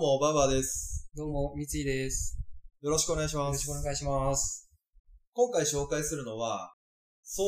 も、ババです。 どうも、三井です。 よろしくお願いします。 よろしくお願いします。 今回紹介するのは、早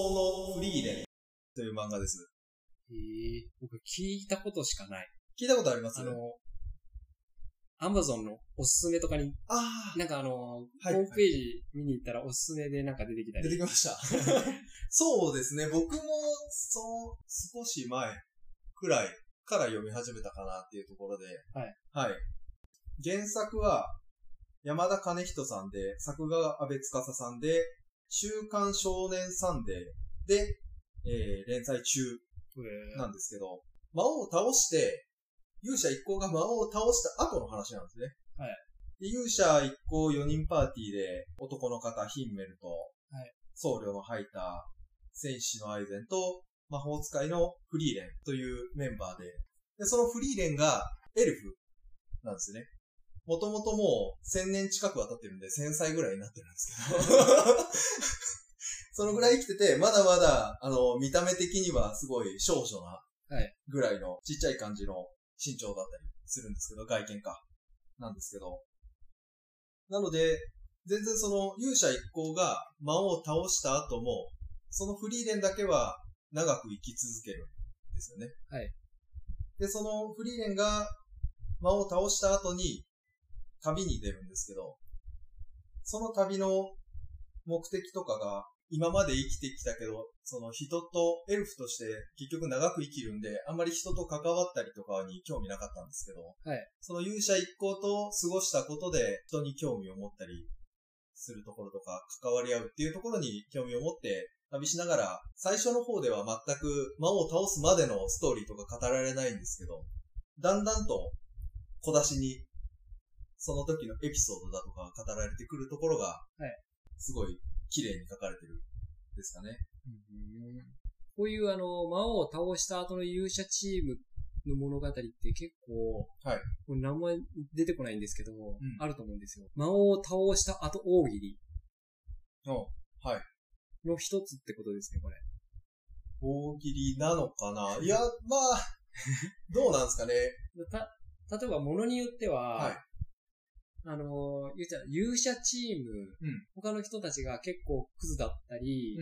々のフリーレンという漫画です。 僕聞いたことしかない。 聞いたことあります？ アマゾンのおすすめとかに、なんかホームページ見に行ったらおすすめでなんか出てきたり。 出てきました。そうですね、僕も、少し前くらいから読み始めたかなっていうところで、はい。原作は、山田兼人さんで、作画が安部司さんで、週刊少年サンデーで、連載中なんですけど、魔王を倒して、勇者一行が魔王を倒した後の話なんですね。 はい。 で勇者一行4人パーティーで、男の方、ヒンメルと、僧侶のハイター、戦士のアイゼンと、魔法使いのフリーレンというメンバーで、そのフリーレンがエルフなんですね。もともともう1000年近くは経ってるんで1000歳ぐらいになってるんですけどそのぐらい生きてて、まだまだ、見た目的にはすごい少女なぐらいのちっちゃい感じの身長だったりするんですけど、外見か。なんですけど。なので、全然その勇者一行が魔王を倒した後も、そのフリーレンだけは長く生き続けるんですよね。 はい。 で、そのフリーレンが魔王を倒した後に旅に出るんですけど、その旅の目的とかが今まで生きてきたけど、その人とエルフとして結局長く生きるんで、あんまり人と関わったりとかに興味なかったんですけど、その勇者一行と過ごしたことで人に興味を持ったりするところとか関わり合うっていうところに興味を持って旅しながら、最初の方では全く魔王を倒すまでのストーリーとか語られないんですけど、だんだんと小出しにその時のエピソードだとか語られてくるところが、すごい綺麗に書かれてるんですかね。 こういう魔王を倒した後の勇者チームの物語って結構、これ名前出てこないんですけど、あると思うんですよ。魔王を倒した後大喜利。の一つってことですね、これ。 大喜利なのかないや、まあ、どうなんですかね。 例えば物によっては、勇者チーム、他の人たちが結構クズだったり、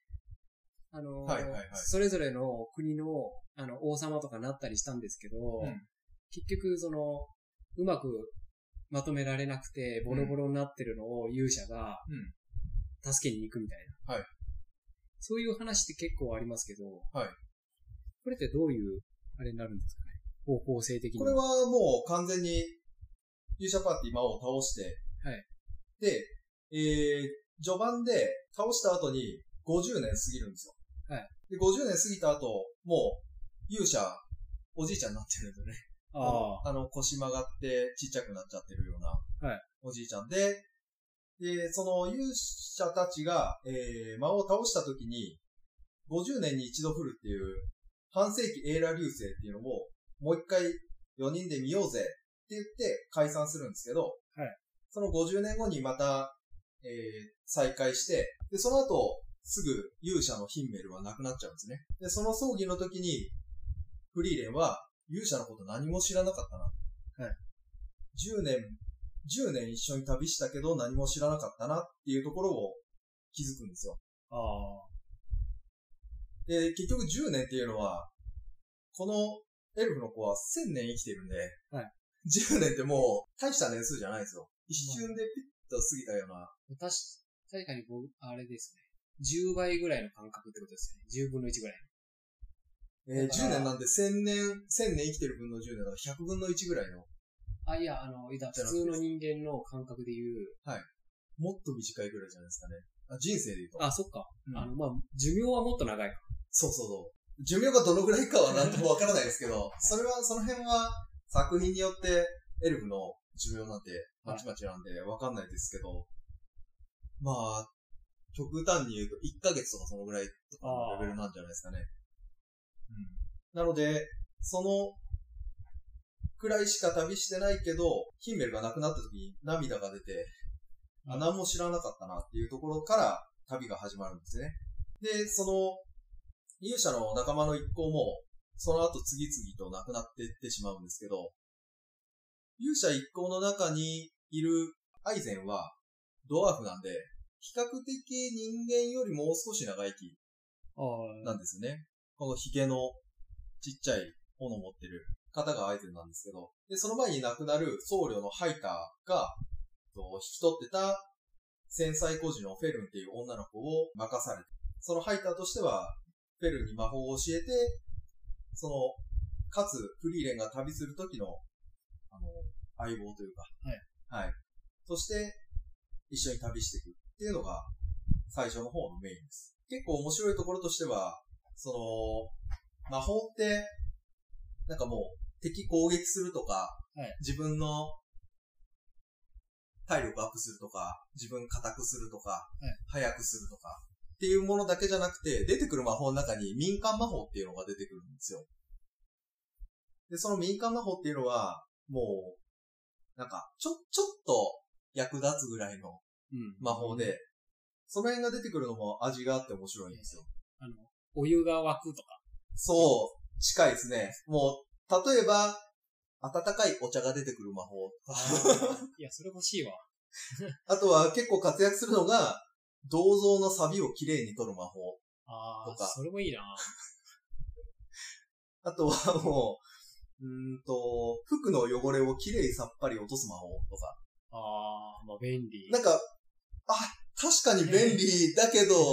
それぞれの国の、王様とかなったりしたんですけど、結局、うまくまとめられなくて、ボロボロになってるのを勇者が、助けに行くみたいな。そういう話って結構ありますけど、これってどういう、あれになるんですかね、方向性的に。 これはもう完全に、勇者パーティー魔王を倒して、で、序盤で倒した後に50年過ぎるんですよ。で、50年過ぎた後、もう、勇者、おじいちゃんになってるんですよね。腰曲がってちっちゃくなっちゃってるような、おじいちゃんで、その勇者たちが、魔王を倒した時に、50年に一度降るっていう、半世紀エーラ流星っていうのを、もう一回4人で見ようぜって言って解散するんですけど、その50年後にまた、再開して、で、その後、すぐ勇者のヒンメルは亡くなっちゃうんですね。で、その葬儀の時に、フリーレンは勇者のこと何も知らなかったな。10年一緒に旅したけど何も知らなかったなっていうところを気づくんですよ。で、結局10年っていうのは、このエルフの子は1000年生きてるんで、10年ってもう大した年数じゃないですよ。一瞬でピッと過ぎたような。 確かにあれですね。10倍ぐらいの感覚ってことですね。10分の1ぐらいの。10年なんで1000年生きてる分の10年だから100分の1ぐらいの。 いや、普通の人間の感覚で言う。 もっと短いぐらいじゃないですかね。人生で言うと。 そっか。寿命はもっと長いか。 そう。寿命がどのぐらいかはなんともわからないですけど、その辺は作品によってエルフの寿命なんてまちまちなんでわかんないですけど、まあ、極端に言うと1ヶ月とかそのぐらいとかのレベルなんじゃないですかね。なので、そのくらいしか旅してないけど、ヒンメルが亡くなった時に涙が出て、何も知らなかったなっていうところから旅が始まるんですね。で、その勇者の仲間の一行も、その後次々と亡くなっていってしまうんですけど、 勇者一行の中にいるアイゼンはドワーフなんで、比較的人間よりもう少し長生きなんですよね。このヒゲのちっちゃい斧を持ってる方がアイゼンなんですけど、で、その前に亡くなる僧侶のハイターが、引き取ってた繊細孤児のフェルンっていう女の子を任されて、そのハイターとしては、フェルンに魔法を教えて、かつ、フリーレンが旅する時の、相棒というか、はい。そして、一緒に旅していくっていうのが、最初の方のメインです。結構面白いところとしては、魔法って、なんかもう、敵攻撃するとか、自分の体力アップするとか、自分硬くするとか、速くするとか、っていうものだけじゃなくて、出てくる魔法の中に民間魔法っていうのが出てくるんですよ。で、その民間魔法っていうのは、もう、なんか、ちょっと役立つぐらいの魔法で、その辺が出てくるのも味があって面白いんですよ。 お湯が沸くとか。 そう、近いですね。もう、例えば、温かいお茶が出てくる魔法。 いや、それ欲しいわ。 あとは結構活躍するのが、銅像の錆をきれいに取る魔法とか。 それもいいな。 あとはもう、服の汚れをきれいさっぱり落とす魔法とか。 まあ便利。 なんか、確かに便利だけど、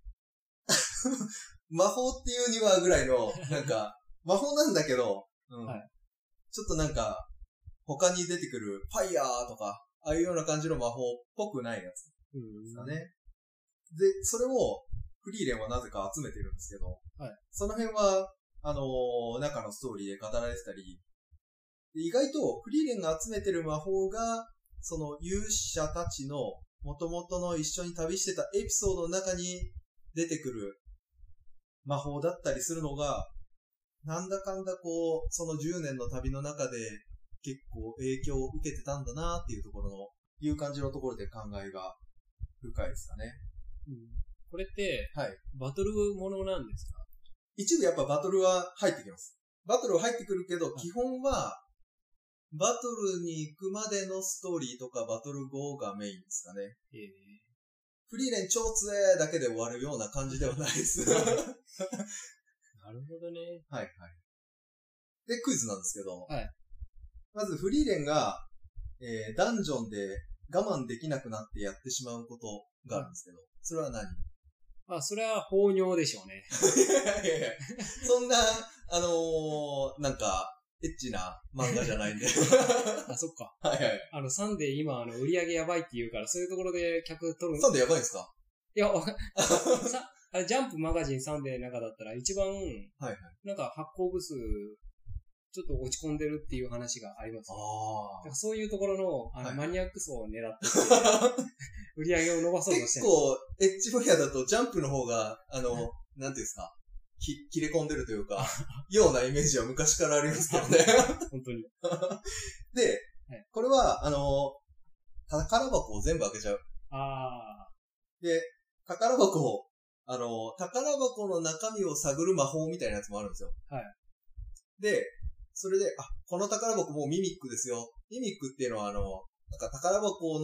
魔法っていうにはぐらいの、なんか、魔法なんだけど、ちょっとなんか、他に出てくるファイヤーとか、ああいうような感じの魔法っぽくないやつですかね。で、それをフリーレンはなぜか集めてるんですけど、その辺は、中のストーリーで語られてたり、意外とフリーレンが集めてる魔法が、その勇者たちの元々の一緒に旅してたエピソードの中に出てくる魔法だったりするのが、なんだかんだその10年の旅の中で結構影響を受けてたんだなっていうところの、いう感じのところで考えが深いですかね。 これって、バトルものなんですか？ 一部やっぱバトルは入ってきます。バトルは入ってくるけど、基本は、バトルに行くまでのストーリーとかバトル後がメインですかね。フリーレン超強えだけで終わるような感じではないです。 なるほどね。 で、クイズなんですけど、まずフリーレンが、ダンジョンで我慢できなくなってやってしまうことがあるんですけど、それは何？ それは放尿でしょうね。 いやいや、そんな、なんか、エッチな漫画じゃないんで。 そっか。サンデー今、売り上げやばいって言うから、そういうところで客取る。 サンデーやばいんですか？ いや、ジャンプマガジンサンデーの中だったら一番、なんか発行部数、ちょっと落ち込んでるっていう話があります、ね。だからそういうところの、マニアック層を狙ってて、売り上げを伸ばそうとしてる。 結構、エッジ分野だとジャンプの方が、なんていうんですか、切れ込んでるというか、ようなイメージは昔からありますけどね。 本当に。 で、これは、宝箱を全部開けちゃう。で、宝箱を、宝箱の中身を探る魔法みたいなやつもあるんですよ。で、それで、この宝箱もうミミックですよ。ミミックっていうのはなんか宝箱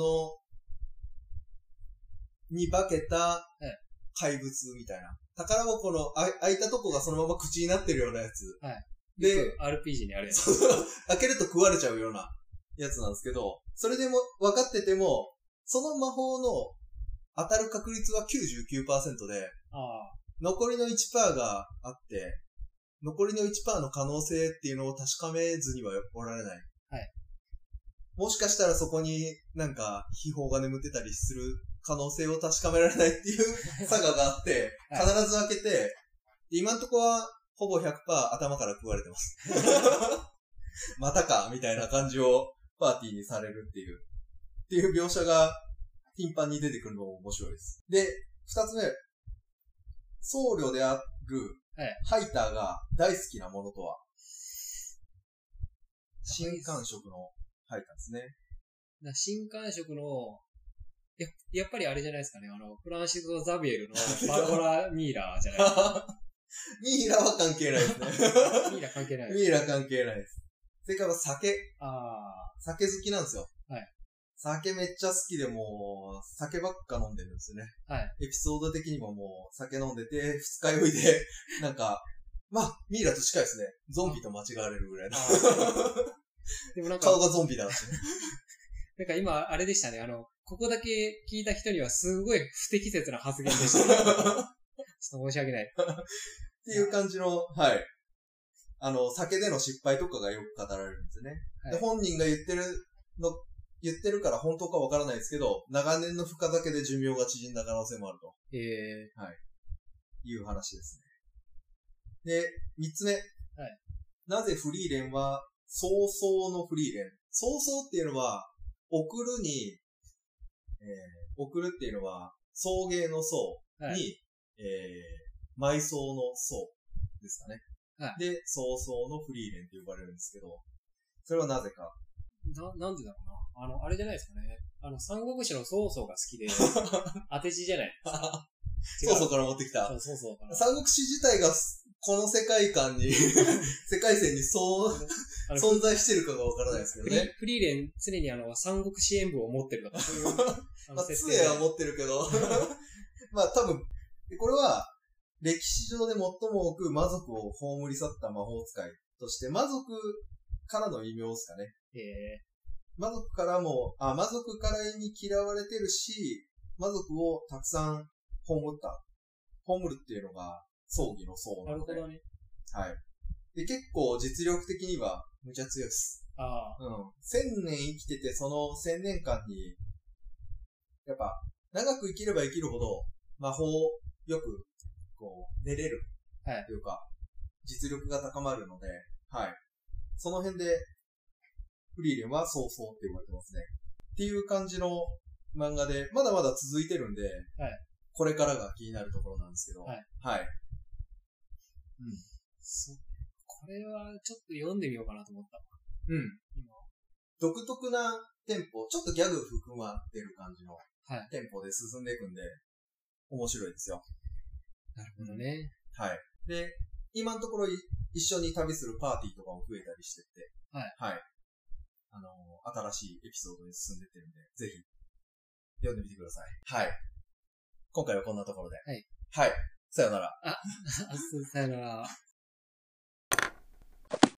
に化けた怪物みたいな。宝箱の開いたとこがそのまま口になってるようなやつ。 で、RPG にあるやつ。 開けると食われちゃうようなやつなんですけど、それでも分かってても、その魔法の当たる確率は 99% で、残りの 1% があって、残りの 1% の可能性っていうのを確かめずにはおられない。もしかしたらそこになんか秘宝が眠ってたりする可能性を確かめられないっていう差があって、必ず開けて、今んとこはほぼ 100% 頭から食われてます。またかみたいな感じをパーティーにされるっていう描写が頻繁に出てくるのも面白いです。で、二つ目、僧侶であるハイターが大好きなものとは、新感触のハイターですね。 新感触の、やっぱりあれじゃないですかね、フランシス・ザビエルのバルボラ・ミーラーじゃないですか。 ミーラは関係ないですね。 ミーラ関係ない。 ミーラ関係ないです。 正解は酒。 ああ。 酒好きなんですよ。 はい。 酒めっちゃ好きでもう、酒ばっか飲んでるんですよね。 はい。 エピソード的にももう、酒飲んでて、二日酔いで、なんか、まあ、ミイラと近いですね。ゾンビと間違われるぐらいの。 でもなんか、 顔がゾンビだしね。 なんか今、あれでしたね。ここだけ聞いた人にはすごい不適切な発言でした、ね。ちょっと申し訳ない。 っていう感じの、はい。酒での失敗とかがよく語られるんですよね。はい、で本人が言ってるから本当かわからないですけど、長年の深酒で寿命が縮んだ可能性もあると。はい。いう話ですね。で、三つ目。はい。なぜフリーレンは、早々のフリーレン。早々っていうのは、送るっていうのは、送迎の送に、はい、埋葬の葬ですかね。はい。で、早々のフリーレンと呼ばれるんですけど、それはなぜか。 なんでだろうな。あれじゃないですかね。三国志の曹操が好きで、当て字じゃないですか。 曹操から持ってきた。 そう、曹操から。 三国志自体が、この世界観に、世界線に存在してるかがわからないですけどね。 フリーレン、常に三国志演武を持ってるとか、そういう。 まあ、杖は持ってるけど、まあ多分、これは、歴史上で最も多く魔族を葬り去った魔法使いとして、魔族からの異名ですかね。魔族からに嫌われてるし、魔族をたくさん葬るっていうのが葬儀の葬なので。 なるほどね。 はい。で、結構実力的にはむちゃ強いです。1000年生きてて、その1000年間に、やっぱ、長く生きれば生きるほど、魔法よく、練れる。はい。というか、実力が高まるので、はい。その辺で、フリーレンは早々って言われてますね。っていう感じの漫画で、まだまだ続いてるんで、はい。これからが気になるところなんですけど、はい。はい。 うん。これはちょっと読んでみようかなと思った。 うん。独特なテンポ、ちょっとギャグ含まってる感じのテンポで進んでいくんで、面白いですよ。 なるほどね。 はい。で、今のところ一緒に旅するパーティーとかも増えたりしてて、はい。はい。新しいエピソードに進んでってるんで、ぜひ、読んでみてください。はい。今回はこんなところで。はい。はい。さよなら。 さよなら。